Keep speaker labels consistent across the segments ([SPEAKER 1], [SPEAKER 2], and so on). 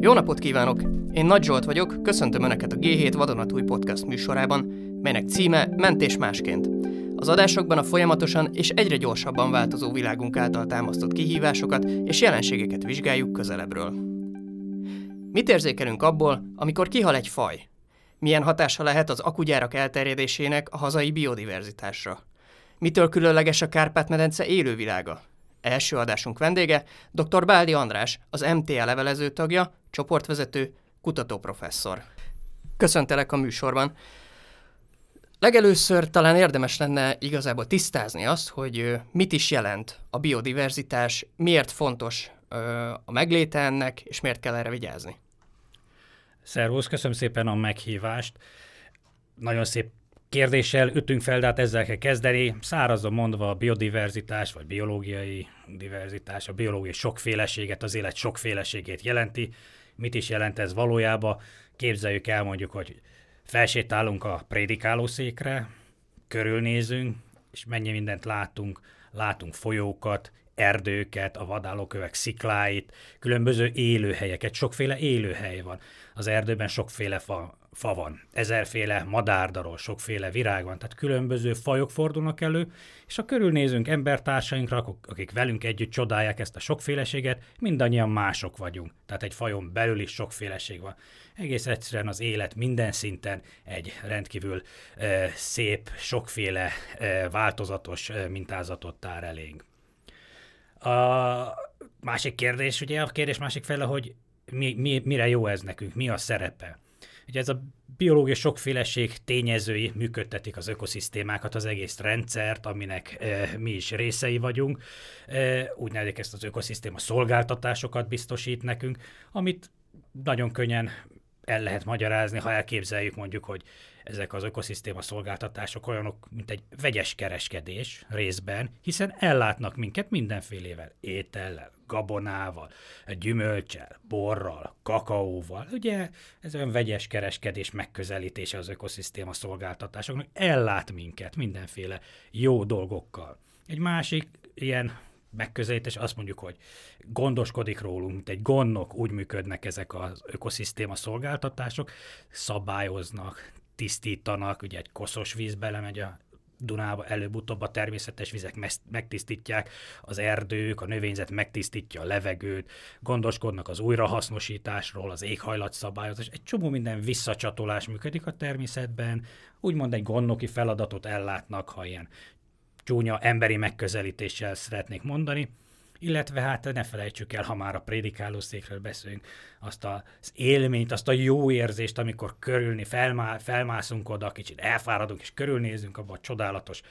[SPEAKER 1] Jó napot kívánok! Én Nagy Zsolt vagyok, köszöntöm Önöket a G7 Vadonatúj podcast műsorában, melynek címe Mentés másként. Az adásokban a folyamatosan és egyre gyorsabban változó világunk által támasztott kihívásokat és jelenségeket vizsgáljuk közelebbről. Mit érzékelünk abból, amikor kihal egy faj? Milyen hatása lehet az akugyárak elterjedésének a hazai biodiverzitásra? Mitől különleges a Kárpát-medence élővilága? Első adásunk vendége dr. Báldi András, az MTA levelező tagja, csoportvezető, kutatóprofesszor. Köszöntelek a műsorban. Legelőször talán érdemes lenne igazából tisztázni azt, hogy mit is jelent a biodiverzitás, miért fontos a megléte ennek, és miért kell erre vigyázni.
[SPEAKER 2] Szervusz, köszönöm szépen a meghívást. Nagyon szép kérdéssel ütünk fel, de hát ezzel kell kezdeni. Szárazon mondva a biodiverzitás, vagy biológiai diverzitás, a biológiai sokféleséget, az élet sokféleségét jelenti. Mit is jelent ez valójában? Képzeljük el mondjuk, hogy felsétálunk a prédikálószékre, körülnézünk, és mennyi mindent látunk. Látunk folyókat, erdőket, a vadállókövek szikláit, különböző élőhelyeket, sokféle élőhely van. Az erdőben sokféle fa van, ezerféle madárdaról, sokféle virág van, tehát különböző fajok fordulnak elő, és ha körülnézünk embertársainkra, akik velünk együtt csodálják ezt a sokféleséget, mindannyian mások vagyunk, tehát egy fajon belül is sokféleség van. Egész egyszerűen az élet minden szinten egy rendkívül szép, sokféle változatos mintázatot tár elénk. A másik kérdés, ugye a kérdés másik fele, hogy mire jó ez nekünk, mi a szerepe. Ugye ez a biológiai sokféleség tényezői működtetik az ökoszisztémákat, az egész rendszert, aminek mi is részei vagyunk. Úgynevezett ezt az ökoszisztéma szolgáltatásokat biztosít nekünk, amit nagyon könnyen el lehet magyarázni, ha elképzeljük mondjuk, hogy ezek az ökoszisztéma szolgáltatások olyanok, mint egy vegyes kereskedés részben, hiszen ellátnak minket mindenfélével, étellel, gabonával, gyümölccsel, borral, kakaóval. Ugye ez olyan vegyes kereskedés megközelítése az ökoszisztéma szolgáltatásoknak, ellát minket mindenféle jó dolgokkal. Egy másik ilyen megközelítés, azt mondjuk, hogy gondoskodik rólunk, mint egy gondnok, úgy működnek ezek az ökoszisztéma szolgáltatások, szabályoznak, tisztítanak, ugye egy koszos víz belemegy a Dunába, előbb-utóbb a természetes vizek megtisztítják, az erdők, a növényzet megtisztítja a levegőt, gondoskodnak az újrahasznosításról, az éghajlatszabályozás, egy csomó minden visszacsatolás működik a természetben, úgymond egy gondnoki feladatot ellátnak, ha ilyen csúnya emberi megközelítéssel szeretnék mondani, illetve hát ne felejtsük el, ha már a prédikálószékről beszélünk, azt az élményt, azt a jó érzést, amikor felmászunk oda, kicsit elfáradunk, és körülnézünk abban a csodálatos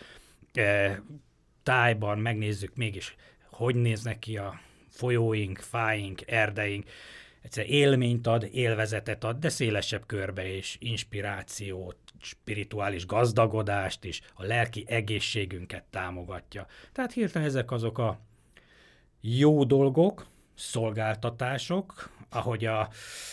[SPEAKER 2] tájban, megnézzük mégis, hogy néznek ki a folyóink, fáink, erdeink. Egyszer élményt ad, élvezetet ad, de szélesebb körbe is, inspirációt, spirituális gazdagodást is, a lelki egészségünket támogatja. Tehát hirtelen ezek azok a jó dolgok, szolgáltatások, ahogy a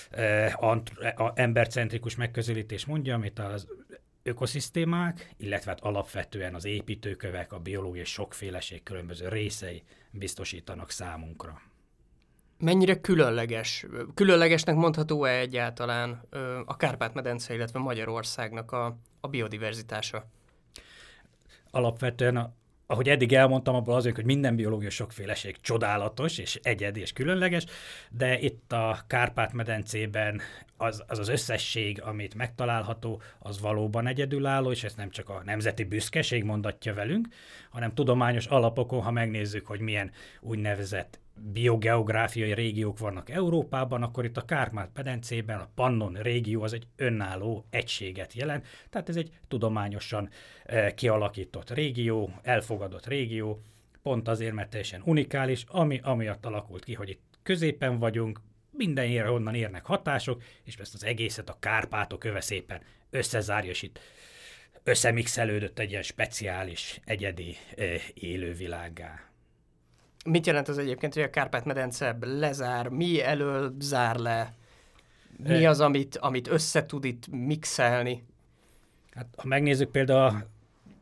[SPEAKER 2] embercentrikus megközelítés mondja, amit az ökoszisztémák, illetve hát alapvetően az építőkövek, a biológiai sokféleség különböző részei biztosítanak számunkra.
[SPEAKER 1] Mennyire különleges? Különlegesnek mondható-e egyáltalán a Kárpát-medence, illetve Magyarországnak a biodiverzitása?
[SPEAKER 2] Alapvetően, ahogy eddig elmondtam, abból azért, hogy minden biológiai sokféleség csodálatos és egyedi és különleges, de itt a Kárpát-medencében az összesség, amit megtalálható, az valóban egyedülálló, és ez nem csak a nemzeti büszkeség mondatja velünk, hanem tudományos alapokon, ha megnézzük, hogy milyen úgynevezett biogeográfiai régiók vannak Európában, akkor itt a Kárpát-medencében a Pannon régió az egy önálló egységet jelent, tehát ez egy tudományosan kialakított régió, elfogadott régió, pont azért, mert teljesen unikális, amiatt alakult ki, hogy itt középen vagyunk, mindenre onnan érnek hatások, és ezt az egészet a Kárpátok öve szépen összezárja, és itt összemixelődött egy ilyen speciális, egyedi élővilággá.
[SPEAKER 1] Mit jelent az egyébként, hogy a Kárpát-medence lezár, mi elől zár le? Mi az, amit össze tud itt mixelni?
[SPEAKER 2] Hát, ha megnézzük például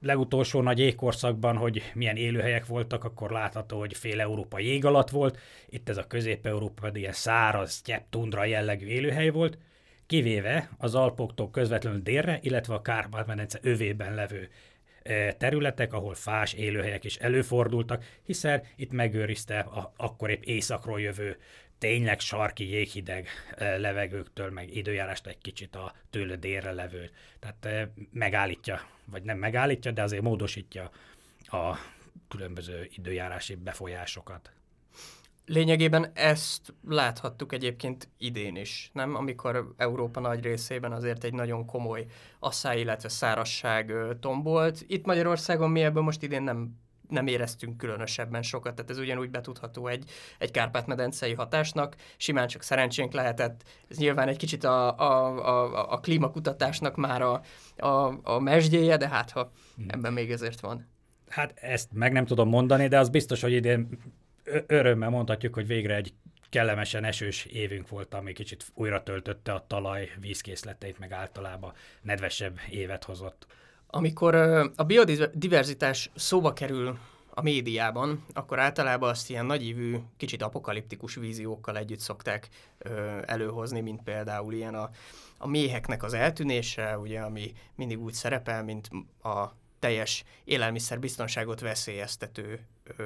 [SPEAKER 2] legutolsó nagy jégkorszakban, hogy milyen élőhelyek voltak, akkor látható, hogy fél Európa jég alatt volt, itt ez a Közép-Európa pedig ilyen száraz, sztyepp, tundra jellegű élőhely volt, kivéve az Alpoktól közvetlenül délre, illetve a Kárpát-medence övében levő területek, ahol fás élőhelyek is előfordultak, hiszen itt megőrizte akkor épp északról jövő tényleg sarki jéghideg levegőktől, meg időjárást egy kicsit a tőle délre levő. Tehát megállítja, vagy nem megállítja, de azért módosítja a különböző időjárási befolyásokat.
[SPEAKER 1] Lényegében ezt láthattuk egyébként idén is, nem? Amikor Európa nagy részében azért egy nagyon komoly asszály, illetve szárazság tombolt. Itt Magyarországon mi ebből most idén nem éreztünk különösebben sokat, tehát ez ugyanúgy betudható egy Kárpát-medencei hatásnak, simán csak szerencsénk lehetett. Ez nyilván egy kicsit a klímakutatásnak már a mesdjéje, de hát ha ebben még ezért van.
[SPEAKER 2] Hát ezt meg nem tudom mondani, de az biztos, hogy idén örömmel mondhatjuk, hogy végre egy kellemesen esős évünk volt, ami kicsit újra töltötte a talaj vízkészleteit, meg általában nedvesebb évet hozott.
[SPEAKER 1] Amikor a biodiverzitás szóba kerül a médiában, akkor általában azt ilyen nagyívű, kicsit apokaliptikus víziókkal együtt szokták előhozni, mint például ilyen a méheknek az eltűnése, ugye, ami mindig úgy szerepel, mint a teljes élelmiszerbiztonságot veszélyeztető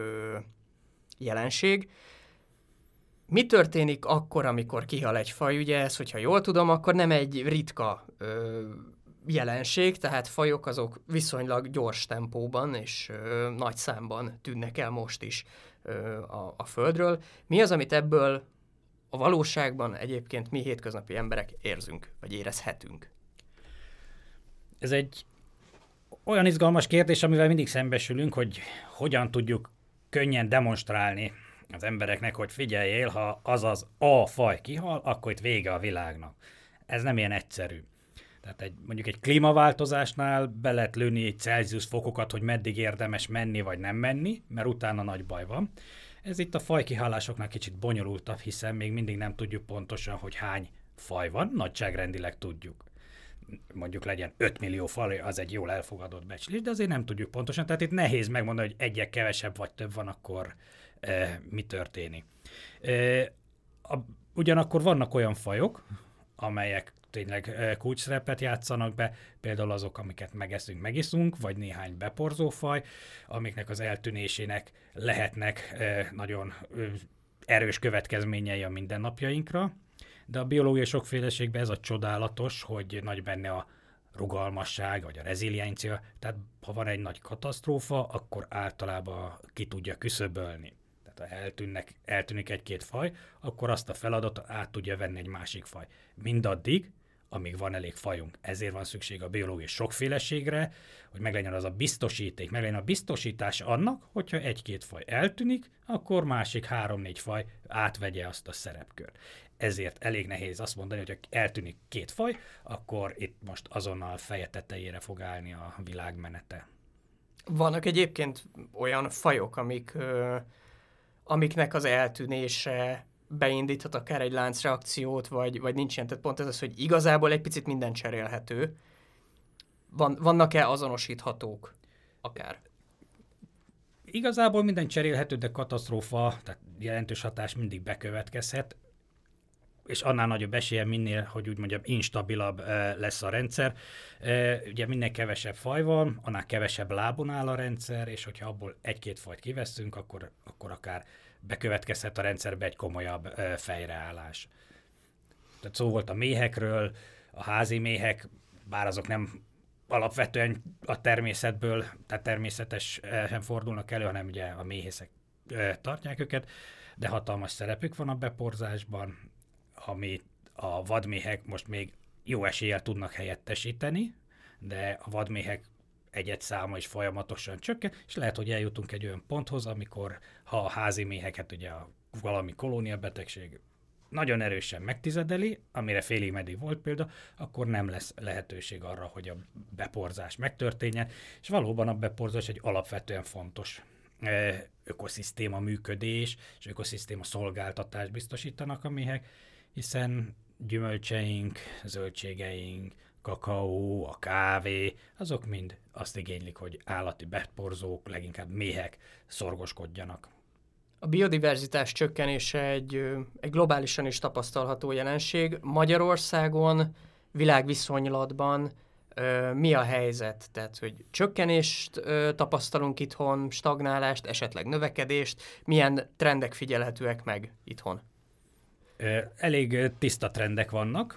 [SPEAKER 1] jelenség. Mi történik akkor, amikor kihal egy faj? Ugye ez, hogyha jól tudom, akkor nem egy ritka jelenség, tehát fajok azok viszonylag gyors tempóban és nagy számban tűnnek el most is a Földről. Mi az, amit ebből a valóságban egyébként mi hétköznapi emberek érzünk, vagy érezhetünk?
[SPEAKER 2] Ez egy olyan izgalmas kérdés, amivel mindig szembesülünk, hogy hogyan tudjuk könnyen demonstrálni az embereknek, hogy figyeljél, ha azaz a faj kihal, akkor itt vége a világnak. Ez nem ilyen egyszerű. Tehát mondjuk egy klímaváltozásnál be lehet lőni egy Celsius fokokat, hogy meddig érdemes menni vagy nem menni, mert utána nagy baj van. Ez itt a fajkihalásoknál kicsit bonyolultabb, hiszen még mindig nem tudjuk pontosan, hogy hány faj van, nagyságrendileg tudjuk. Mondjuk legyen 5 millió faj, az egy jól elfogadott becslés, de azért nem tudjuk pontosan, tehát itt nehéz megmondani, hogy egyek kevesebb vagy több van, akkor mi történik. Ugyanakkor vannak olyan fajok, amelyek tényleg kulcsszerepet játszanak be, például azok, amiket megiszunk, vagy néhány beporzó faj, amiknek az eltűnésének lehetnek nagyon erős következményei a mindennapjainkra, de a biológiai sokféleségben ez a csodálatos, hogy nagy benne a rugalmasság, vagy a reziliencia, tehát ha van egy nagy katasztrófa, akkor általában ki tudja küszöbölni. Tehát ha eltűnik egy-két faj, akkor azt a feladatot át tudja venni egy másik faj. Mindaddig, amíg van elég fajunk. Ezért van szükség a biológiai sokféleségre, hogy meglegyen az a biztosíték, meglegyen a biztosítás annak, hogyha egy-két faj eltűnik, akkor másik 3-4 faj átvegye azt a szerepkört. Ezért elég nehéz azt mondani, hogy ha eltűnik 2 faj, akkor itt most azonnal feje tetejére fog állni a világ menete.
[SPEAKER 1] Vannak egyébként olyan fajok, amiknek az eltűnése beindíthat akár egy láncreakciót, vagy nincs ilyen. Tehát pont ez az, hogy igazából egy picit minden cserélhető. Vannak-e azonosíthatók akár?
[SPEAKER 2] Igazából minden cserélhető, de katasztrófa, tehát jelentős hatás mindig bekövetkezhet, és annál nagyobb esélye minél, hogy úgy mondjam, instabilabb lesz a rendszer. Ugye minél kevesebb faj van, annál kevesebb lábon áll a rendszer, és hogyha abból egy-két fajt kiveszünk, akkor akár bekövetkezhet a rendszerbe egy komolyabb fejreállás. Tehát szó volt a méhekről, a házi méhek, bár azok nem alapvetően a természetből, tehát természetesen fordulnak elő, hanem ugye a méhészek tartják őket, de hatalmas szerepük van a beporzásban, amit a vadméhek most még jó eséllyel tudnak helyettesíteni, de a vadméhek egyedszáma is folyamatosan csökken, és lehet, hogy eljutunk egy olyan ponthoz, amikor ha a házi méheket ugye valami kolóniabetegség nagyon erősen megtizedeli, amire félig meddig volt példa, akkor nem lesz lehetőség arra, hogy a beporzás megtörténjen, és valóban a beporzás egy alapvetően fontos ökoszisztéma működés, és ökoszisztéma szolgáltatást biztosítanak a méhek, hiszen gyümölcseink, zöldségeink, kakaó, a kávé, azok mind azt igénylik, hogy állati beporzók, leginkább méhek szorgoskodjanak.
[SPEAKER 1] A biodiverzitás csökkenése egy globálisan is tapasztalható jelenség. Magyarországon világviszonylatban mi a helyzet? Tehát, hogy csökkenést tapasztalunk itthon, stagnálást, esetleg növekedést, milyen trendek figyelhetőek meg itthon?
[SPEAKER 2] Elég tiszta trendek vannak.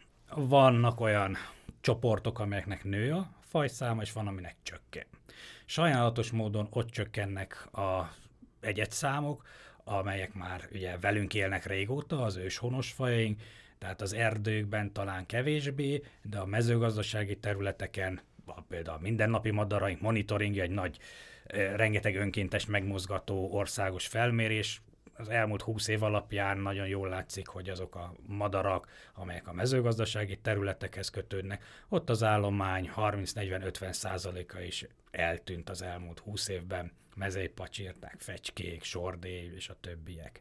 [SPEAKER 2] Vannak olyan csoportok, amelyeknek nő a fajszáma, és van, aminek csökken. Sajnálatos módon ott csökkennek a egyedszámok, amelyek már ugye velünk élnek régóta, az őshonos fajaink, tehát az erdőkben talán kevésbé, de a mezőgazdasági területeken, például a mindennapi madaraink monitoringja egy nagy, rengeteg önkéntes megmozgató országos felmérés. Az elmúlt 20 év alapján nagyon jól látszik, hogy azok a madarak, amelyek a mezőgazdasági területekhez kötődnek, ott az állomány 30-40-50%-a is eltűnt az elmúlt 20 évben. Mezeipacsirták, fecskék, sordély és a többiek.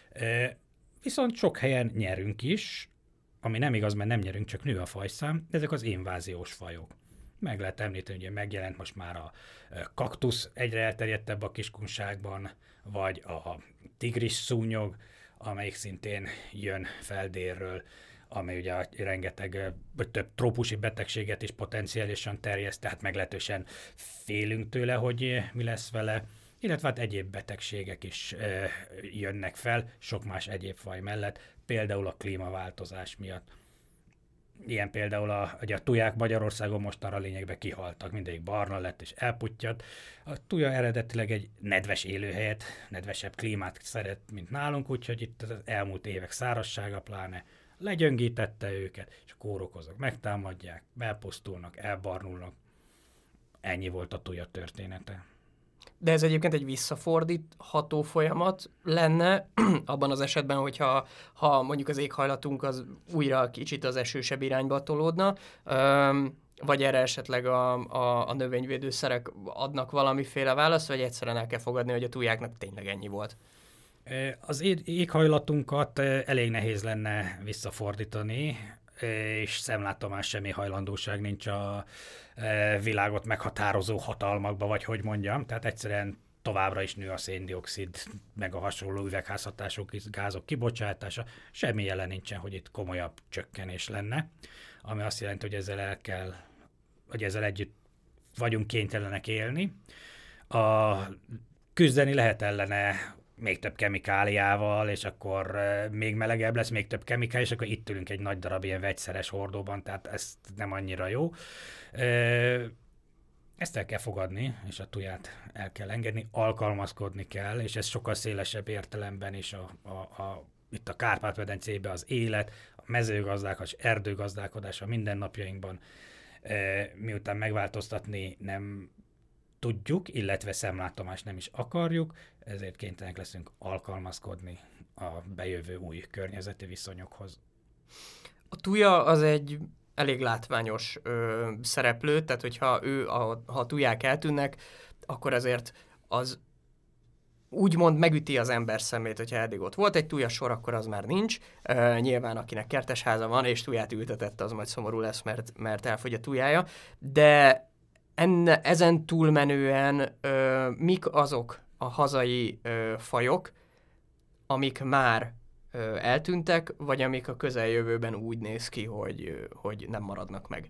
[SPEAKER 2] Viszont sok helyen nyerünk is, ami nem igaz, mert nem nyerünk, csak nő a fajszám, ezek az inváziós fajok. Meg lehet említeni, hogy megjelent most már a kaktusz, egyre elterjedtebb a Kiskunságban, vagy a tigris szúnyog, amelyik szintén jön Feldérről, amely ugye rengeteg, vagy több trópusi betegséget is potenciálisan terjeszt, tehát meglehetősen félünk tőle, hogy mi lesz vele, illetve hát egyéb betegségek is jönnek fel, sok más egyéb faj mellett, például a klímaváltozás miatt. Ilyen például a tuják Magyarországon mostanra lényegben kihaltak, mindegyik barna lett és elputtyant. A tuja eredetileg egy nedves élőhelyet, nedvesebb klímát szeret, mint nálunk, úgyhogy itt az elmúlt évek szárazsága pláne legyöngítette őket, és a kórokozók megtámadják, elpusztulnak, elbarnulnak. Ennyi volt a tuja története.
[SPEAKER 1] De ez egyébként egy visszafordítható folyamat lenne, abban az esetben, hogyha mondjuk az éghajlatunk az újra kicsit az esősebb irányba tolódna, vagy erre esetleg a növényvédőszerek adnak valamiféle választ, vagy egyszerűen el kell fogadni, hogy a tujáknak tényleg ennyi volt?
[SPEAKER 2] Az éghajlatunkat elég nehéz lenne visszafordítani, és szemlátomás semmi hajlandóság nincs a világot meghatározó hatalmakba, vagy hogy mondjam, tehát egyszerűen továbbra is nő a széndioxid, meg a hasonló üvegházhatású gázok kibocsátása, semmi jelen nincsen, hogy itt komolyabb csökkenés lenne, ami azt jelenti, hogy ezzel együtt vagyunk kénytelenek élni. Küzdeni lehet ellene még több kemikáliával, és akkor még melegebb lesz, még több kemikál, és akkor itt ülünk egy nagy darab ilyen vegyszeres hordóban, tehát ez nem annyira jó. Ezt el kell fogadni, és a tuját el kell engedni, alkalmazkodni kell, és ez sokkal szélesebb értelemben is itt a Kárpát-medencében az élet, a mezőgazdálkodás, erdőgazdálkodás a mindennapjainkban, miután megváltoztatni nem tudjuk, illetve szemlátomást nem is akarjuk, ezért kénytelenek leszünk alkalmazkodni a bejövő új környezeti viszonyokhoz.
[SPEAKER 1] A tuja az egy elég látványos szereplő, tehát hogyha ha a tuják eltűnnek, akkor azért az úgymond megüti az ember szemét, hogyha eddig ott volt egy tujasor, akkor az már nincs. Nyilván akinek kertesháza van és tuját ültetett, az majd szomorú lesz, mert elfogy a tujája, de ezen túlmenően mik azok a hazai fajok, amik már eltűntek, vagy amik a közeljövőben úgy néz ki, hogy nem maradnak meg?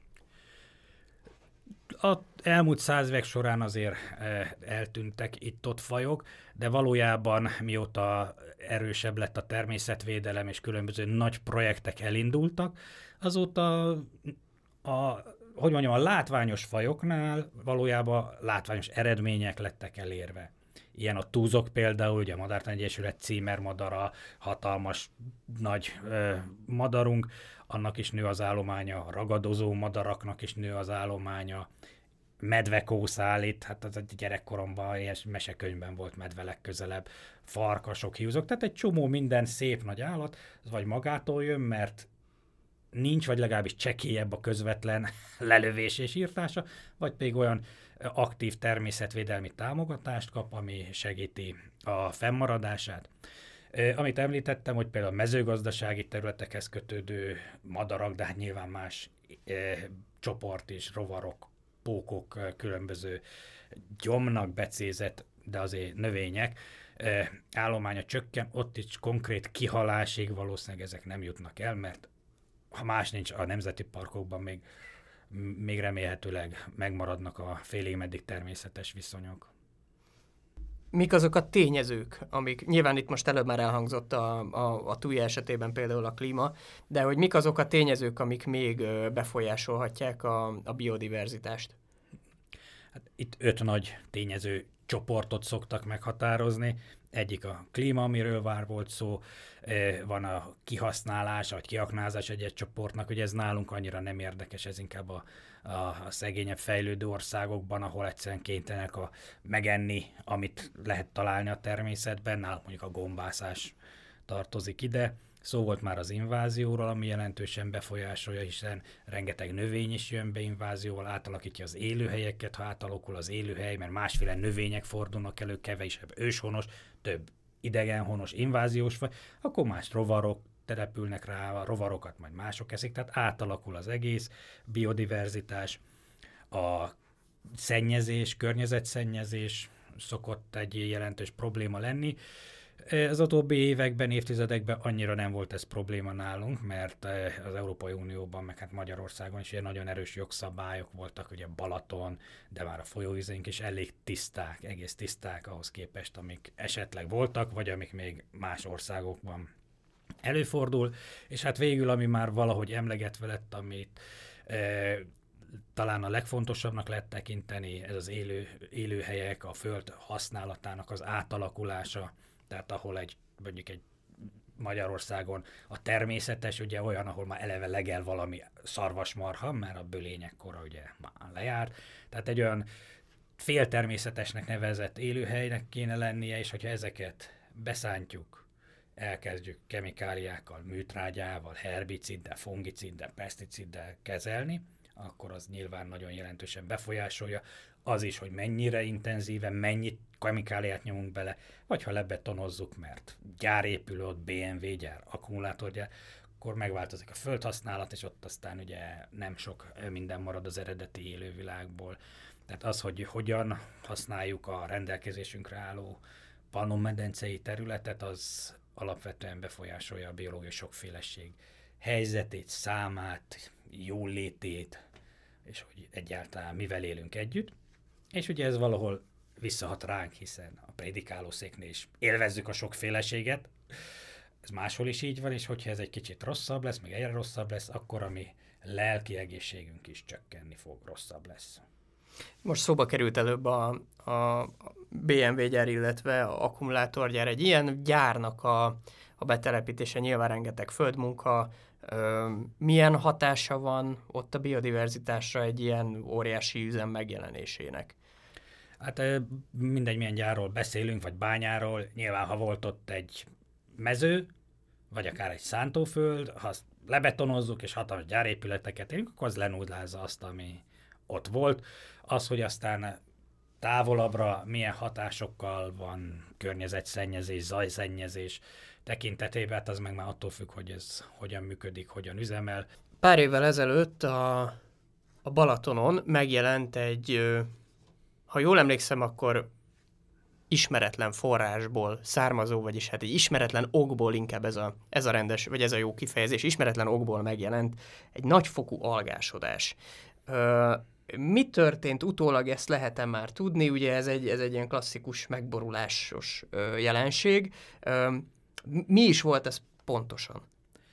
[SPEAKER 2] Az elmúlt 100 évek során azért eltűntek itt-ott fajok, de valójában mióta erősebb lett a természetvédelem és különböző nagy projektek elindultak, azóta a látványos fajoknál valójában látványos eredmények lettek elérve. Ilyen a túzok például, ugye a Madártani Egyesület címermadara, hatalmas nagy madarunk, annak is nő az állománya, ragadozó madaraknak is nő az állománya, medvekószállit, hát az egy gyerekkoromban ilyen mesekönyvben volt medve legközelebb, farkasok, hiúzok, tehát egy csomó minden szép nagy állat, az vagy magától jön, mert nincs, vagy legalábbis csekélyebb a közvetlen lelövés és írtása, vagy pedig olyan aktív természetvédelmi támogatást kap, ami segíti a fennmaradását. Amit említettem, hogy például a mezőgazdasági területekhez kötődő madarak, de hát nyilván más csoport is, rovarok, pókok, különböző gyomnak becézett, de azért növények állománya csökken, ott is konkrét kihalásig valószínűleg ezek nem jutnak el, mert ha más nincs, a nemzeti parkokban még remélhetőleg megmaradnak a félig meddig természetes viszonyok.
[SPEAKER 1] Mik azok a tényezők, amik, nyilván itt most előbb már elhangzott a TUI esetében például a klíma, de hogy mik azok a tényezők, amik még befolyásolhatják a biodiverzitást?
[SPEAKER 2] Hát itt 5 nagy tényező csoportot szoktak meghatározni. Egyik a klíma, amiről már volt szó, van a kihasználás, vagy kiaknázás egy csoportnak, ugye ez nálunk annyira nem érdekes, ez inkább a szegényebb fejlődő országokban, ahol egyszerűen kénytelenek megenni, amit lehet találni a természetben, nálunk mondjuk a gombászás tartozik ide. Szó volt már az invázióról, ami jelentősen befolyásolja, hiszen rengeteg növény is jön be invázióval, átalakítja az élőhelyeket, ha átalakul az élőhely, mert másféle növények fordulnak elő, kevesebb őshonos, több idegenhonos, inváziós vagy, akkor más rovarok települnek rá, a rovarokat majd mások eszik, tehát átalakul az egész biodiverzitás, a szennyezés, környezetszennyezés szokott egy jelentős probléma lenni. Az utóbbi években, évtizedekben annyira nem volt ez probléma nálunk, mert az Európai Unióban, meg hát Magyarországon is ilyen nagyon erős jogszabályok voltak, ugye Balaton, de már a folyóvizénk is elég tiszták, egész tiszták ahhoz képest, amik esetleg voltak, vagy amik még más országokban előfordul, és hát végül, ami már valahogy emlegetve lett, amit talán a legfontosabbnak lehet tekinteni, ez az élőhelyek, a föld használatának az átalakulása, tehát ahol mondjuk egy Magyarországon a természetes, ugye olyan, ahol már eleve legel valami szarvasmarha, mert a bölények kora ugye már lejárt, tehát egy olyan féltermészetesnek nevezett élőhelynek kéne lennie, és hogyha ezeket beszántjuk, elkezdjük kemikáliákkal, műtrágyával, herbiciddel, fungiciddel, peszticiddel kezelni, akkor az nyilván nagyon jelentősen befolyásolja. Az is, hogy mennyire intenzíven, mennyi kemikáliát nyomunk bele, vagy ha lebetonozzuk, mert gyár épül ott, BMW gyár, akkumulátorgyár, akkor megváltozik a földhasználat, és ott aztán ugye nem sok minden marad az eredeti élővilágból. Tehát az, hogy hogyan használjuk a rendelkezésünkre álló Pannon-medencei területet, az alapvetően befolyásolja a biológiai sokféleség helyzetét, számát, jólétét, és hogy egyáltalán mivel élünk együtt. És ugye ez valahol visszahat ránk, hiszen a prédikálószéknél is élvezzük a sokféleséget, ez máshol is így van, és hogyha ez egy kicsit rosszabb lesz, meg egyre rosszabb lesz, akkor a mi lelki egészségünk is csökkenni fog, rosszabb lesz.
[SPEAKER 1] Most szóba került előbb a BMW gyár, illetve a akkumulátorgyár. Egy ilyen gyárnak a betelepítése, nyilván rengeteg földmunka, milyen hatása van ott a biodiverzitásra egy ilyen óriási üzem megjelenésének?
[SPEAKER 2] Hát mindegy, milyen gyárról beszélünk, vagy bányáról, nyilván ha volt ott egy mező, vagy akár egy szántóföld, ha azt lebetonozzuk és hatalmas gyárépületeket érünk, akkor az lenullázza azt, ami ott volt. Az, hogy aztán távolabbra milyen hatásokkal van környezetszennyezés, zajszennyezés tekintetében, hát az meg már attól függ, hogy ez hogyan működik, hogyan üzemel.
[SPEAKER 1] Pár évvel ezelőtt a Balatonon megjelent egy, ha jól emlékszem, akkor ismeretlen forrásból származó, vagyis hát egy ismeretlen okból inkább ez a rendes, vagy ez a jó kifejezés, ismeretlen okból megjelent egy nagyfokú algásodás. Mi történt utólag, ezt lehet-e már tudni? Ugye ez egy ilyen klasszikus megborulásos jelenség. Mi is volt ez pontosan?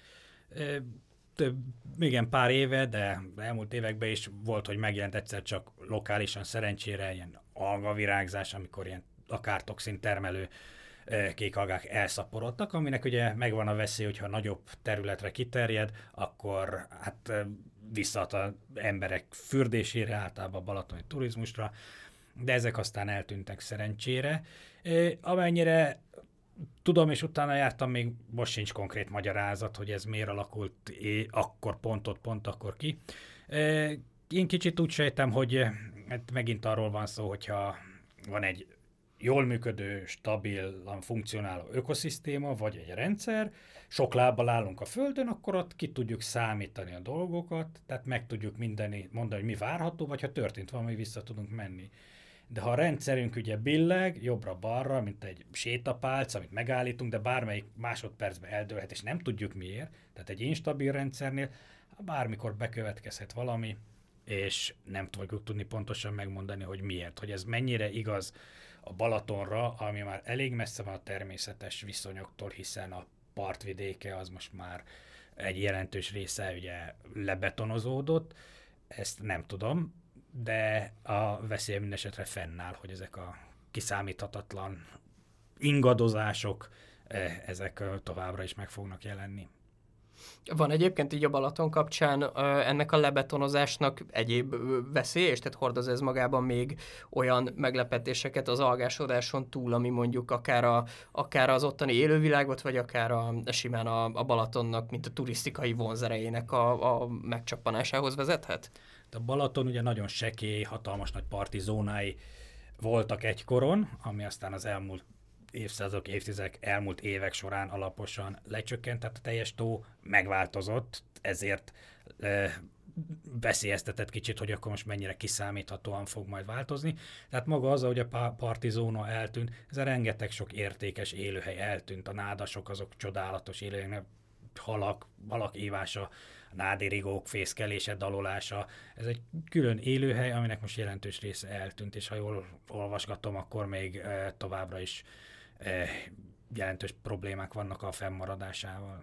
[SPEAKER 2] Igen, pár éve, de elmúlt években is volt, hogy megjelent egyszer csak lokálisan szerencsére ilyen algavirágzás, amikor ilyen akár toxin termelő kék algák elszaporodtak, aminek ugye megvan a veszély, hogyha nagyobb területre kiterjed, akkor hát visszaad az emberek fürdésére, általában balatoni turizmusra, de ezek aztán eltűntek szerencsére. Amennyire tudom, és utána jártam, még most sincs konkrét magyarázat, hogy ez miért alakult akkor pont akkor ki. Én kicsit úgy sejtem, hogy megint arról van szó, hogyha van egy jól működő, stabilan funkcionáló ökoszisztéma, vagy egy rendszer, sok lábbal állunk a Földön, akkor ott ki tudjuk számítani a dolgokat, tehát meg tudjuk mondani, hogy mi várható, vagy ha történt valami, vissza tudunk menni. De ha a rendszerünk ugye billeg, jobbra-balra, mint egy sétapálc, amit megállítunk, de bármelyik másodpercben eldőlhet, és nem tudjuk miért, tehát egy instabil rendszernél bármikor bekövetkezhet valami, és nem fogjuk tudni pontosan megmondani, hogy miért. Hogy ez mennyire igaz a Balatonra, ami már elég messze van a természetes viszonyoktól, hiszen a partvidéke az most már egy jelentős része ugye lebetonozódott, ezt nem tudom, de a veszély mindesetre fennáll, hogy ezek a kiszámíthatatlan ingadozások, ezek továbbra is meg fognak jelenni.
[SPEAKER 1] Van egyébként így a Balaton kapcsán ennek a lebetonozásnak egyéb veszély, és tehát hordoz ez magában még olyan meglepetéseket az algásodáson túl, ami mondjuk akár az ottani élővilágot, vagy akár simán a Balatonnak, mint a turisztikai vonzerejének a megcsappanásához vezethet?
[SPEAKER 2] A Balaton ugye nagyon sekély, hatalmas nagy parti zónái voltak egykoron, ami aztán az elmúlt évszázadok, évtizedek, elmúlt évek során alaposan lecsökkent, tehát a teljes tó megváltozott, ezért veszélyeztetett kicsit, hogy akkor most mennyire kiszámíthatóan fog majd változni. Tehát maga az, hogy a parti zóna eltűnt, ez a rengeteg sok értékes élőhely eltűnt, a nádasok azok csodálatos élőhelyek, halak ívása, nádirigók fészkelése, dalolása. Ez egy külön élőhely, aminek most jelentős része eltűnt, és ha jól olvasgatom, akkor még továbbra is jelentős problémák vannak a fennmaradásával.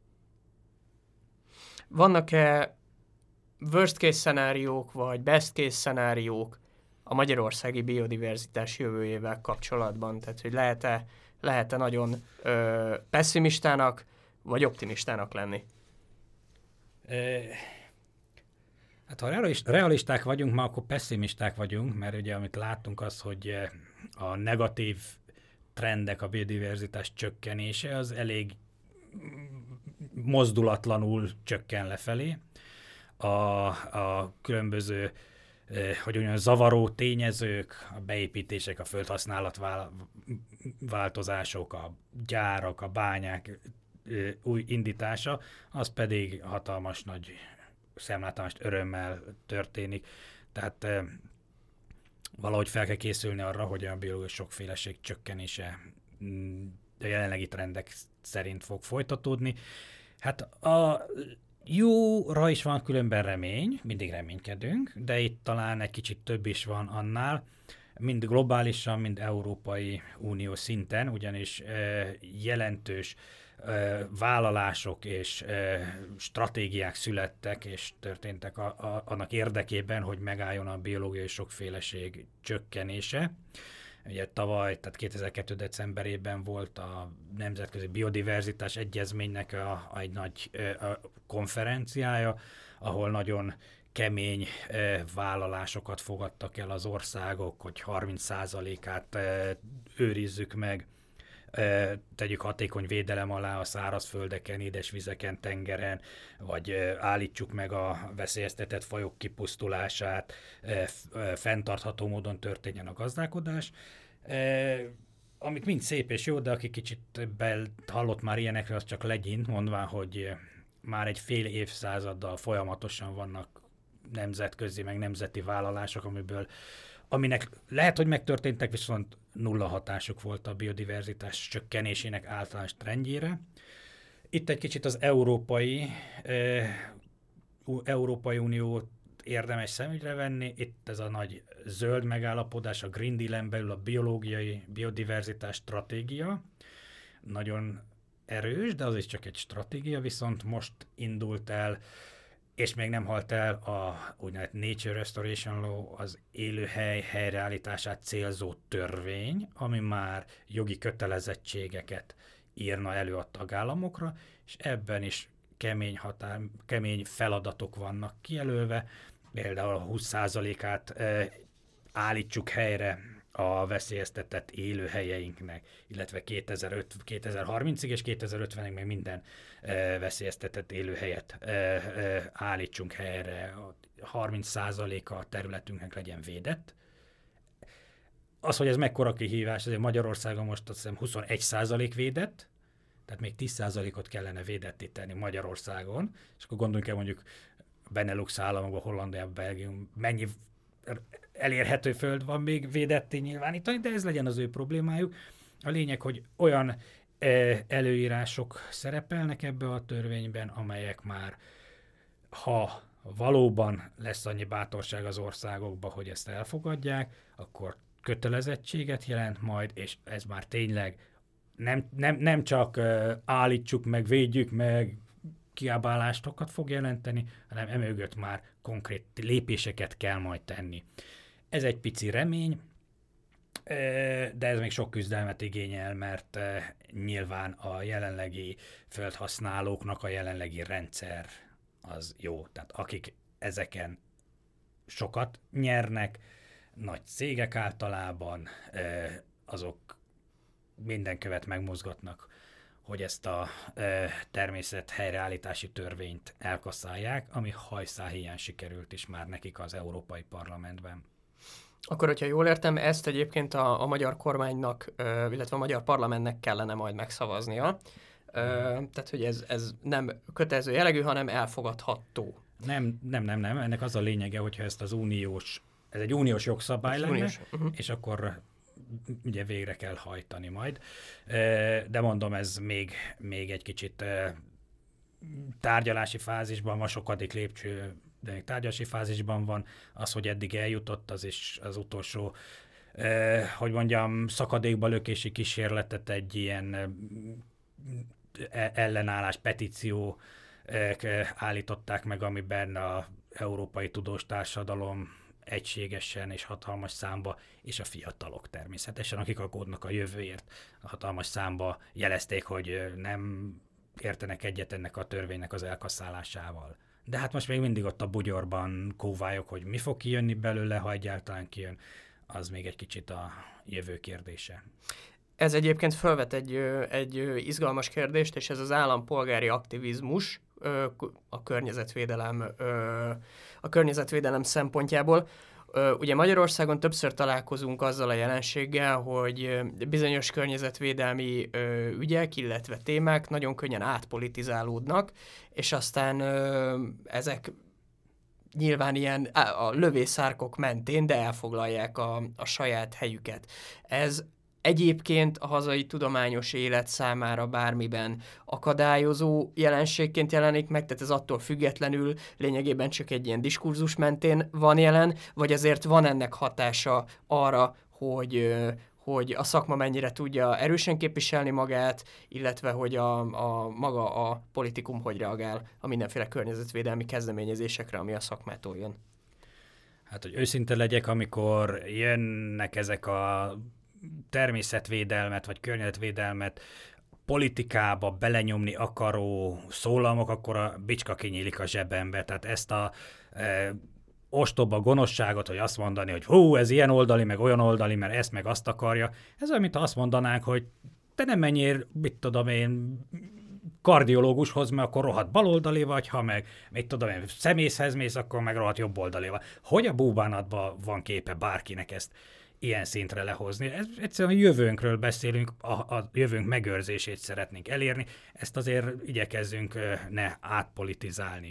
[SPEAKER 1] Vannak-e worst case szenáriók, vagy best case szenáriók a magyarországi biodiverzitás jövőjével kapcsolatban? Tehát, hogy lehet-e nagyon pessimistának, vagy optimistának lenni?
[SPEAKER 2] Hát ha realisták vagyunk, ma akkor pessimisták vagyunk, mert ugye amit látunk az, hogy a negatív trendek, a biodiverzitás csökkenése az elég mozdulatlanul csökken lefelé. A különböző hogy olyan zavaró tényezők, a beépítések, a földhasználat változások, a gyárak, a bányák új indítása, az pedig hatalmas nagy szemlátomást örömmel történik. Tehát valahogy fel kell készülni arra, hogy a biológiai sokféleség csökkenése a jelenlegi trendek szerint fog folytatódni. Hát a jóra is van különben remény, mindig reménykedünk, de itt talán egy kicsit több is van annál, mind globálisan, mind Európai Unió szinten, ugyanis jelentős vállalások és stratégiák születtek és történtek annak érdekében, hogy megálljon a biológiai sokféleség csökkenése. Ugye tavaly, tehát 2002. decemberében volt a Nemzetközi Biodiverzitás Egyezménynek egy nagy konferenciája, ahol nagyon kemény vállalásokat fogadtak el az országok, hogy 30%-át őrizzük meg, tegyük hatékony védelem alá a szárazföldeken, édesvizeken, tengeren, vagy állítsuk meg a veszélyeztetett fajok kipusztulását, fenntartható módon történjen a gazdálkodás. Amit mind szép és jó, de aki kicsit hallott már ilyenekre, az csak legyint, mondván, hogy már egy fél évszázaddal folyamatosan vannak nemzetközi, meg nemzeti vállalások, aminek lehet, hogy megtörténtek, viszont nulla hatásuk volt a biodiverzitás csökkenésének általános trendjére. Itt egy kicsit az Európai Uniót érdemes szemügyre venni. Itt ez a nagy zöld megállapodás, a Green Deal-en belül a biológiai biodiverzitás stratégia. Nagyon erős, de az is csak egy stratégia, viszont most indult el, és még nem halt el a úgynevezett Nature Restoration Law, az élőhely helyreállítását célzó törvény, ami már jogi kötelezettségeket írna elő a tagállamokra, és ebben is kemény feladatok vannak kijelölve, például a 20%-át állítsuk helyre a veszélyeztetett élőhelyeinknek, illetve 2030-ig és 2050-ig meg minden veszélyeztetett élőhelyet állítsunk helyre, 30%-a a területünknek legyen védett. az, hogy ez mekkora kihívás, azért Magyarországon most azt hiszem 21% védett, tehát még 10%-ot kellene védetté tenni Magyarországon, és akkor gondoljunk el mondjuk Benelux államokban, Hollandiában, Belgium, mennyi elérhető föld van még védetté nyilvánítani, de ez legyen az ő problémájuk. A lényeg, hogy olyan előírások szerepelnek ebbe a törvényben, amelyek már, ha valóban lesz annyi bátorság az országokban, hogy ezt elfogadják, akkor kötelezettséget jelent majd, és ez már tényleg nem csak állítsuk meg, védjük meg, kiabálásokat fog jelenteni, hanem emögött már konkrét lépéseket kell majd tenni. Ez egy pici remény, de ez még sok küzdelmet igényel, mert nyilván a jelenlegi földhasználóknak a jelenlegi rendszer az jó. Tehát akik ezeken sokat nyernek, nagy cégek általában, azok minden követ megmozgatnak, hogy ezt a természet helyreállítási törvényt elkasszálják, ami hajszálhíján sikerült is már nekik az Európai Parlamentben.
[SPEAKER 1] Akkor, hogyha jól értem, ezt egyébként a magyar kormánynak, illetve a magyar parlamentnek kellene majd megszavaznia. Tehát, hogy ez nem kötelező jellegű, hanem elfogadható.
[SPEAKER 2] Nem. Ennek az a lényege, hogyha ezt ez egy uniós jogszabály lenne, és akkor ugye végre kell hajtani majd. De mondom, ez még egy kicsit tárgyalási fázisban van, sokadik lépcső, de még tárgyalási fázisban van. Az, hogy eddig eljutott, az is az utolsó, hogy mondjam, szakadékba lökési kísérletet egy ilyen ellenállás, petíció állították meg, amiben a európai tudós társadalom egységesen és hatalmas számba, és a fiatalok természetesen, akik aggódnak a jövőért, a hatalmas számba jelezték, hogy nem értenek egyet ennek a törvénynek az elkasszálásával. De hát most még mindig ott a bugyorban kóvályok, hogy mi fog kijönni belőle, ha egyáltalán kijön, az még egy kicsit a jövő kérdése.
[SPEAKER 1] Ez egyébként felvet egy izgalmas kérdést, és ez az állampolgári aktivizmus a környezetvédelem szempontjából. Ugye Magyarországon többször találkozunk azzal a jelenséggel, hogy bizonyos környezetvédelmi ügyek, illetve témák nagyon könnyen átpolitizálódnak, és aztán ezek nyilván ilyen a lövészárkok mentén, de elfoglalják a saját helyüket. Ez egyébként a hazai tudományos élet számára bármiben akadályozó jelenségként jelenik meg, tehát ez attól függetlenül lényegében csak egy ilyen diskurzus mentén van jelen, vagy azért van ennek hatása arra, hogy a szakma mennyire tudja erősen képviselni magát, illetve hogy maga a politikum hogy reagál a mindenféle környezetvédelmi kezdeményezésekre, ami a szakmától jön.
[SPEAKER 2] Hát, hogy őszinte legyek, amikor jönnek ezek a természetvédelmet vagy környezetvédelmet politikába belenyomni akaró szólamok, akkor a bicska kinyílik a zsebembe. Tehát ezt a ostoba gonoszságot, hogy azt mondani, hogy hú, ez ilyen oldali, meg olyan oldali, mert ezt meg azt akarja. Ez olyan, mint azt mondanánk, hogy te nem menjél, mit tudom én, kardiológushoz, mert akkor rohadt baloldali vagy, ha meg, mit tudom én, szemészhez mész, akkor meg rohadt jobboldali vagy. Hogy a búbánatban van képe bárkinek ezt ilyen szintre lehozni? Ez egyszerűen a jövőnkről beszélünk, a jövőnk megőrzését szeretnénk elérni, ezt azért igyekezzünk ne átpolitizálni.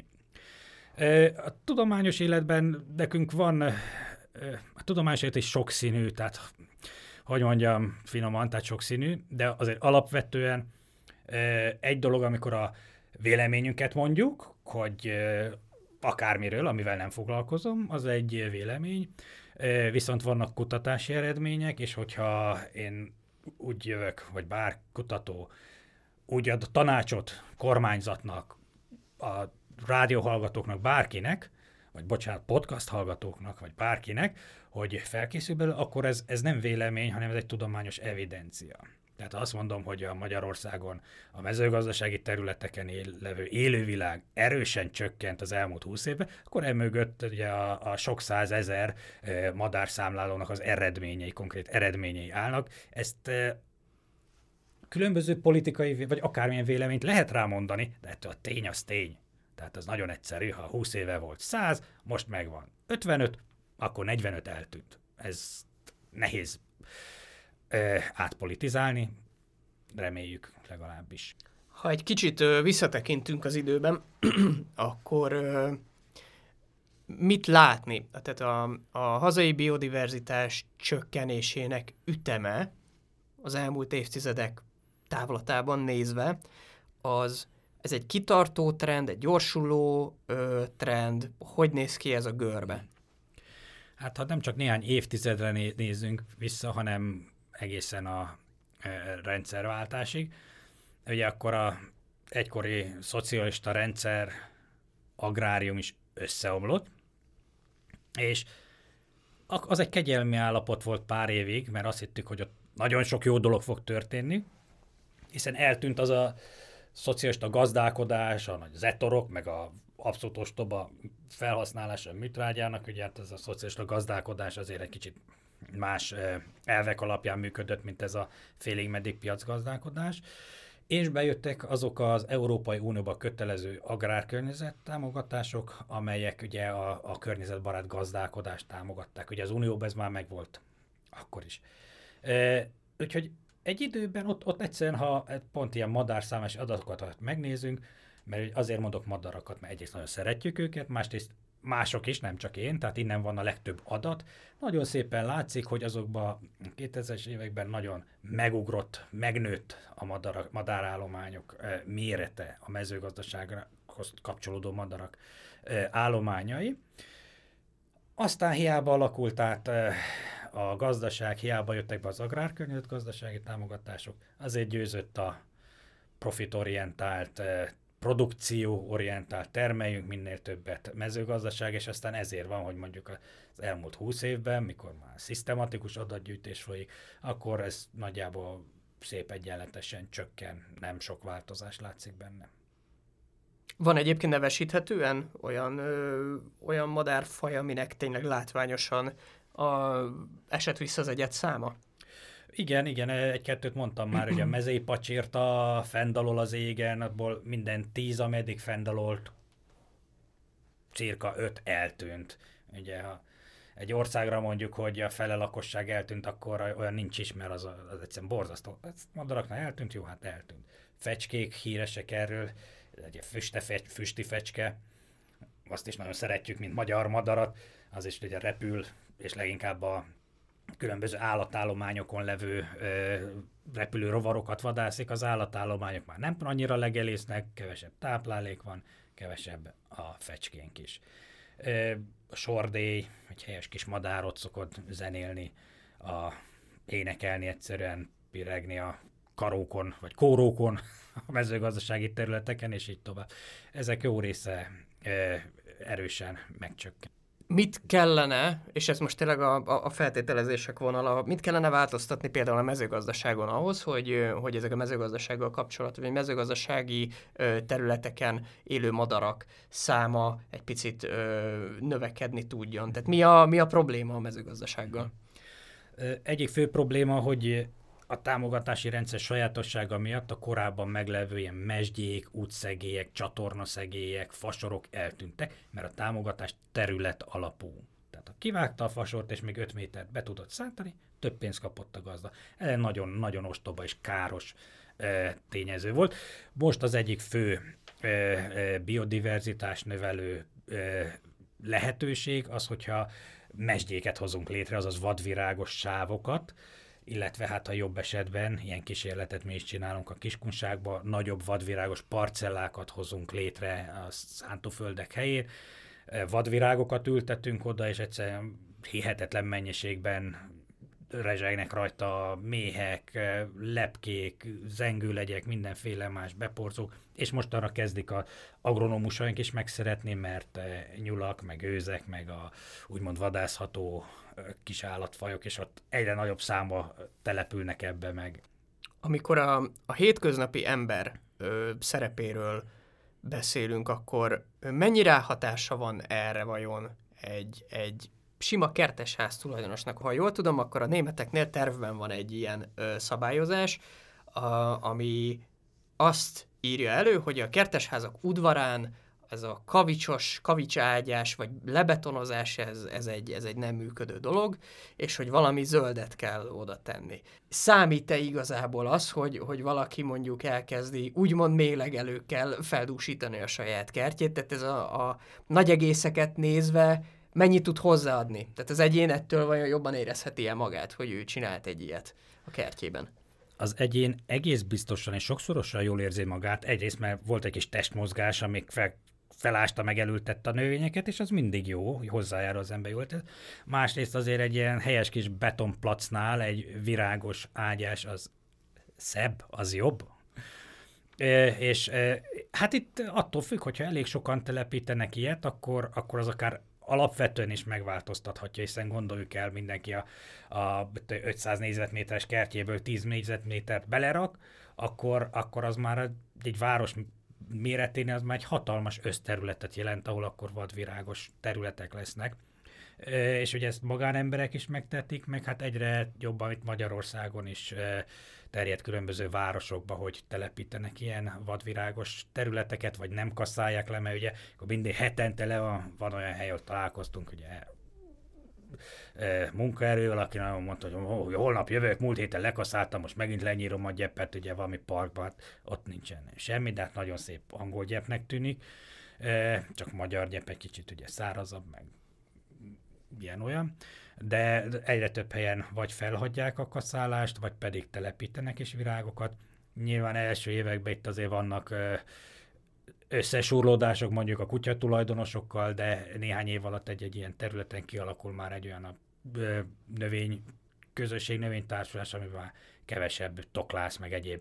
[SPEAKER 2] A tudományos életben nekünk van, a tudományos élet is sokszínű, tehát hogy mondjam finoman, tehát sokszínű, de azért alapvetően egy dolog, amikor a véleményünket mondjuk, hogy akármiről, amivel nem foglalkozom, az egy vélemény, viszont vannak kutatási eredmények, és hogyha én úgy jövök, vagy bár kutató úgy ad tanácsot kormányzatnak, a rádióhallgatóknak, bárkinek, vagy bocsánat, podcast hallgatóknak, vagy bárkinek, hogy felkészül belőle, akkor ez nem vélemény, hanem ez egy tudományos evidencia. Tehát ha azt mondom, hogy a Magyarországon a mezőgazdasági területeken levő élővilág erősen csökkent az elmúlt 20 évben, akkor emögött ugye a sok százezer madárszámlálónak az eredményei, konkrét eredményei állnak. Ezt különböző politikai, vagy akármilyen véleményt lehet rámondani, de ettől a tény az tény. Tehát az nagyon egyszerű, ha 20 éve volt 100, most megvan 55, akkor 45 eltűnt. Ez nehéz átpolitizálni, reméljük legalábbis.
[SPEAKER 1] Ha egy kicsit visszatekintünk az időben, akkor mit látni? Tehát a hazai biodiverzitás csökkenésének üteme az elmúlt évtizedek távlatában nézve, ez egy kitartó trend, egy gyorsuló trend, hogy néz ki ez a görbe?
[SPEAKER 2] Hát ha nem csak néhány évtizedre nézzünk vissza, hanem egészen a rendszerváltásig, ugye akkor a egykori szocialista rendszer, agrárium is összeomlott, és az egy kegyelmi állapot volt pár évig, mert azt hittük, hogy ott nagyon sok jó dolog fog történni, hiszen eltűnt az a szocialista gazdálkodás, a nagy zetorok, meg a abszolút ostoba felhasználása a műtrágyának, ugye hát ez a szocialista gazdálkodás azért egy kicsit más elvek alapján működött, mint ez a félig meddig piacgazdálkodás, és bejöttek azok az Európai Unióba kötelező agrárkörnyezet támogatások, amelyek ugye a környezetbarát gazdálkodást támogatták. Ugye az Unióban ez már megvolt akkor is. Úgyhogy egy időben ott egyszerűen, ha pont ilyen madárszámos adatokat megnézünk, mert azért mondok madarakat, mert egyrészt nagyon szeretjük őket, másrészt mások is, nem csak én, tehát innen van a legtöbb adat. Nagyon szépen látszik, hogy azokban a 2000-es években nagyon megugrott, megnőtt a madárállományok mérete, a mezőgazdasághoz kapcsolódó madarak állományai. Aztán hiába alakult át a gazdaság, hiába jöttek be az agrárkörnyezetgazdasági támogatások, azért győzött a profitorientált, produkcióorientált termeljünk minél többet mezőgazdaság, és aztán ezért van, hogy mondjuk az elmúlt 20 évben, mikor már szisztematikus adatgyűjtés folyik, akkor ez nagyjából szép egyenletesen csökken, nem sok változás látszik benne.
[SPEAKER 1] Van egyébként nevesíthetően olyan madárfaj, aminek tényleg látványosan esett vissza az egyet száma?
[SPEAKER 2] Igen, egy-kettőt mondtam már, hogy a mezei pacsirta fenndalol az égen, abból minden 10, ameddig fenndalolt, cirka 5 eltűnt. Ugye, ha egy országra mondjuk, hogy a fele lakosság eltűnt, akkor olyan nincs is, mert az egyszerűen borzasztó. Madaraknál eltűnt, jó, hát eltűnt. Fecskék híresek erről, egy füsti fecske, azt is nagyon szeretjük, mint magyar madarat, az is ugye repül, és leginkább a különböző állatállományokon levő repülő rovarokat vadászik, az állatállományok már nem annyira legelésznek, kevesebb táplálék van, kevesebb a fecskénk is. A sordély, egy helyes kis madárot szokott zenélni, énekelni egyszerűen, piregni a karókon, vagy kórókon, a mezőgazdasági területeken, és így tovább. Ezek jó része erősen megcsökken.
[SPEAKER 1] Mit kellene, és ez most tényleg a feltételezések vonala, mit kellene változtatni például a mezőgazdaságon ahhoz, hogy ezek a mezőgazdasággal kapcsolatban, vagy mezőgazdasági területeken élő madarak száma egy picit növekedni tudjon? Tehát mi a probléma a mezőgazdasággal?
[SPEAKER 2] Egyik fő probléma, hogy a támogatási rendszer sajátossága miatt a korábban meglevő ilyen mesdjék, útszegélyek, csatornaszegélyek, fasorok eltűntek, mert a támogatás terület alapú. Tehát ha kivágta a fasort és még 5 métert be tudott szántani, több pénzt kapott a gazda. Ez nagyon-nagyon ostoba és káros tényező volt. Most az egyik fő biodiverzitás növelő lehetőség az, hogyha mesdjéket hozunk létre, azaz vadvirágos sávokat, illetve hát a jobb esetben ilyen kísérletet mi is csinálunk a Kiskunságban, nagyobb vadvirágos parcellákat hozunk létre a szántóföldek helyén, vadvirágokat ültetünk oda, és egyszerűen hihetetlen mennyiségben rezsegnek rajta méhek, lepkék, zengőlegyek, mindenféle más beporzók, és mostanra kezdik az agronómusaink is megszeretni, mert nyulak, meg őzek, meg a úgymond vadászható kis állatfajok, és ott egyre nagyobb számba települnek ebbe meg.
[SPEAKER 1] Amikor a hétköznapi ember szerepéről beszélünk, akkor mennyi ráhatása van erre vajon egy sima kertesház tulajdonosnak? Ha jól tudom, akkor a németeknél tervben van egy ilyen szabályozás, ami azt írja elő, hogy a kertesházak udvarán ez a kavicságyás, vagy lebetonozás, ez egy nem működő dolog, és hogy valami zöldet kell oda tenni. Számít-e igazából az, hogy valaki mondjuk elkezdi úgymond mérlegelőkkel feldúsítani a saját kertjét, tehát ez a nagy egészeket nézve mennyit tud hozzáadni? Tehát az egyén ettől vajon jobban érezheti-e magát, hogy ő csinált egy ilyet a kertjében?
[SPEAKER 2] Az egyén egész biztosan és sokszorosan jól érzi magát, egyrészt mert volt egy kis testmozgás, amik felásta, megelültette a növényeket, és az mindig jó, hogy hozzájárul az ember jól. Másrészt azért egy ilyen helyes kis betonplacnál egy virágos ágyás az szebb, az jobb. És hát itt attól függ, hogyha elég sokan telepítenek ilyet, akkor az akár alapvetően is megváltoztathatja, hiszen gondoljuk el, mindenki a 500 négyzetméteres kertjéből 10 négyzetmétert belerak, akkor az már egy város méreténél az már egy hatalmas összterületet jelent, ahol akkor vadvirágos területek lesznek. És ugye ezt magánemberek is megtetik, meg hát egyre jobban itt Magyarországon is terjed különböző városokba, hogy telepítenek ilyen vadvirágos területeket, vagy nem kasszálják le, mert ugye akkor mindig hetente van olyan hely, ahol találkoztunk, ugye munkaerővel, aki nagyon mondta, hogy holnap jövök, múlt héten lekaszáltam, most megint lenyírom a gyepet, ugye valami parkban, hát ott nincsen semmi, de hát nagyon szép angol gyepnek tűnik, csak magyar gyep egy kicsit ugye szárazabb, meg ilyen-olyan, de egyre több helyen vagy felhagyják a kaszálást, vagy pedig telepítenek is virágokat. Nyilván első években itt azért vannak összesúrlódások mondjuk a kutyatulajdonosokkal, de néhány év alatt egy ilyen területen kialakul már egy olyan közösség, növénytársulás, amiben kevesebb toklász, meg egyéb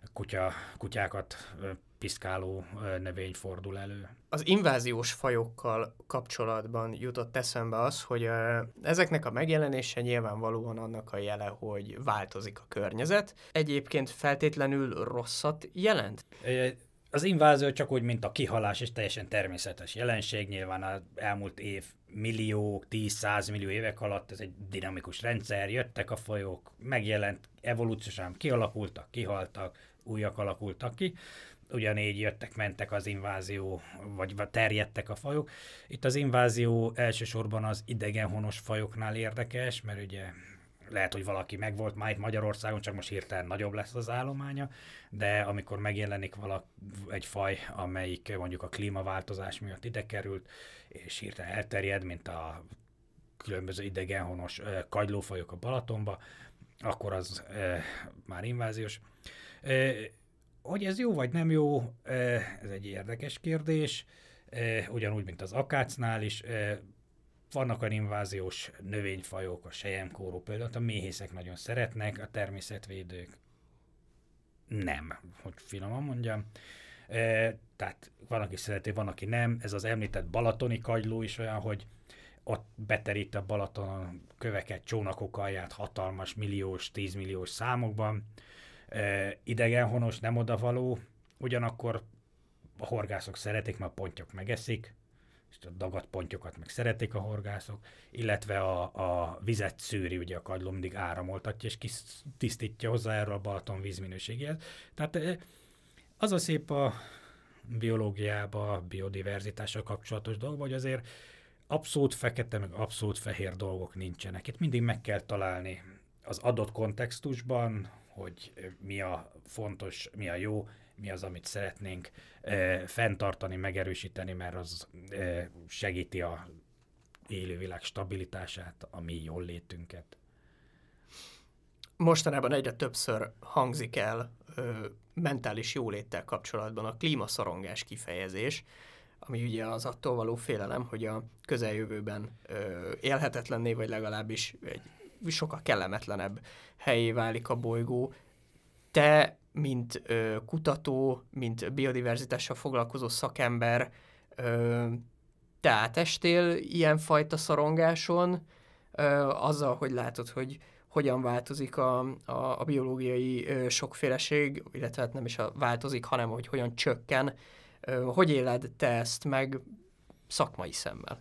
[SPEAKER 2] kutyákat piszkáló növény fordul elő.
[SPEAKER 1] Az inváziós fajokkal kapcsolatban jutott eszembe az, hogy ezeknek a megjelenése nyilvánvalóan annak a jele, hogy változik a környezet. Egyébként feltétlenül rosszat jelent?
[SPEAKER 2] Az invázió csak úgy, mint a kihalás, és teljesen természetes jelenség. Nyilván az elmúlt év millió, 10-100 millió évek alatt ez egy dinamikus rendszer, jöttek a fajok, megjelent, evolúciósan kialakultak, kihaltak, újak alakultak ki. Ugyanígy jöttek-mentek az invázió, vagy terjedtek a fajok. Itt az invázió elsősorban az idegenhonos fajoknál érdekes, mert ugye lehet, hogy valaki megvolt már itt Magyarországon, csak most hirtelen nagyobb lesz az állománya, de amikor megjelenik egy faj, amelyik mondjuk a klímaváltozás miatt ide került, és hirtelen elterjed, mint a különböző idegenhonos kagylófajok a Balatonba, akkor az már inváziós. Hogy ez jó vagy nem jó, ez egy érdekes kérdés, ugyanúgy, mint az akácnál is. Vannak olyan inváziós növényfajok, a selyemkóró például, a méhészek nagyon szeretnek, a természetvédők nem, hogy finoman mondjam. Tehát van, aki szereti, van, aki nem. Ez az említett balatoni kagyló is olyan, hogy ott beterít a Balatonon köveket, csónakok alját hatalmas, milliós, 10 milliós számokban. Idegenhonos, nem odavaló, ugyanakkor a horgászok szeretik, mert a pontyok megeszik, és a dagadt pontyokat meg szeretik a horgászok, illetve a vizet szűri, ugye a kagyló mindig áramoltatja, és tisztítja hozzá erről a Balaton vízminőségéhez. Tehát az a szép a biológiában, a biodiverzitással kapcsolatos dolog, hogy azért abszolút fekete, meg abszolút fehér dolgok nincsenek. Itt mindig meg kell találni az adott kontextusban, hogy mi a fontos, mi a jó, mi az, amit szeretnénk fenntartani, megerősíteni, mert az segíti a élővilág stabilitását, a mi jól létünket.
[SPEAKER 1] Mostanában egyre többször hangzik el mentális jóléttel kapcsolatban a klímaszorongás kifejezés, ami ugye az attól való félelem, hogy a közeljövőben élhetetlenné, vagy legalábbis egy sokkal kellemetlenebb helyé válik a bolygó. Te, mint kutató, mint biodiverzitással foglalkozó szakember, te átestél ilyenfajta szorongáson, azzal, hogy látod, hogy hogyan változik a biológiai sokféleség, illetve hát nem is változik, hanem hogy hogyan csökken. Hogy éled te ezt meg szakmai szemmel?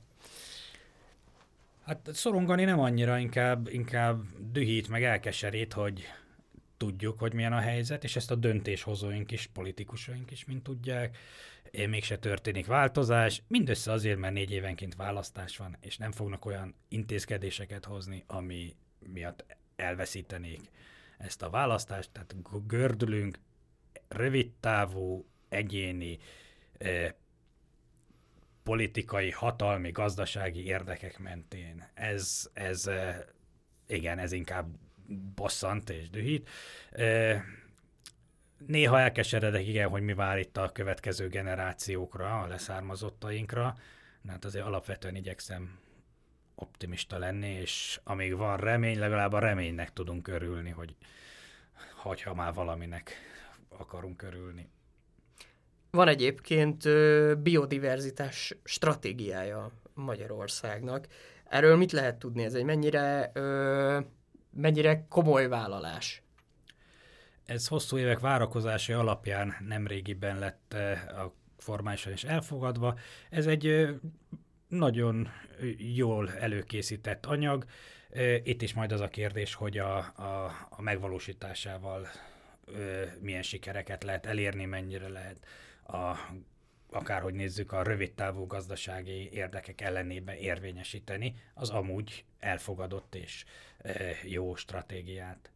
[SPEAKER 2] Hát szorongani nem annyira, inkább dühít, meg elkeserít, hogy tudjuk, hogy milyen a helyzet, és ezt a döntéshozóink is, politikusaink is mind tudják, mégse történik változás, mindössze azért, mert 4 évenként választás van, és nem fognak olyan intézkedéseket hozni, ami miatt elveszítenék ezt a választást, tehát gördülünk rövidtávú, egyéni, politikai, hatalmi, gazdasági érdekek mentén. Ez inkább bosszant és dühít. Néha elkeseredek, igen, hogy mi vár itt a következő generációkra, a leszármazottainkra, hát azért alapvetően igyekszem optimista lenni, és amíg van remény, legalább a reménynek tudunk örülni, hogyha már valaminek akarunk örülni. Van
[SPEAKER 1] egyébként biodiverzitás stratégiája Magyarországnak. Erről mit lehet tudni? Ez egy mennyire komoly vállalás?
[SPEAKER 2] Ez hosszú évek várakozási alapján nemrégiben lett a formálisan is elfogadva. Ez egy nagyon jól előkészített anyag. Itt is majd az a kérdés, hogy a megvalósításával milyen sikereket lehet elérni, mennyire lehet akárhogy nézzük, a rövidtávú gazdasági érdekek ellenében érvényesíteni az amúgy elfogadott és jó stratégiát.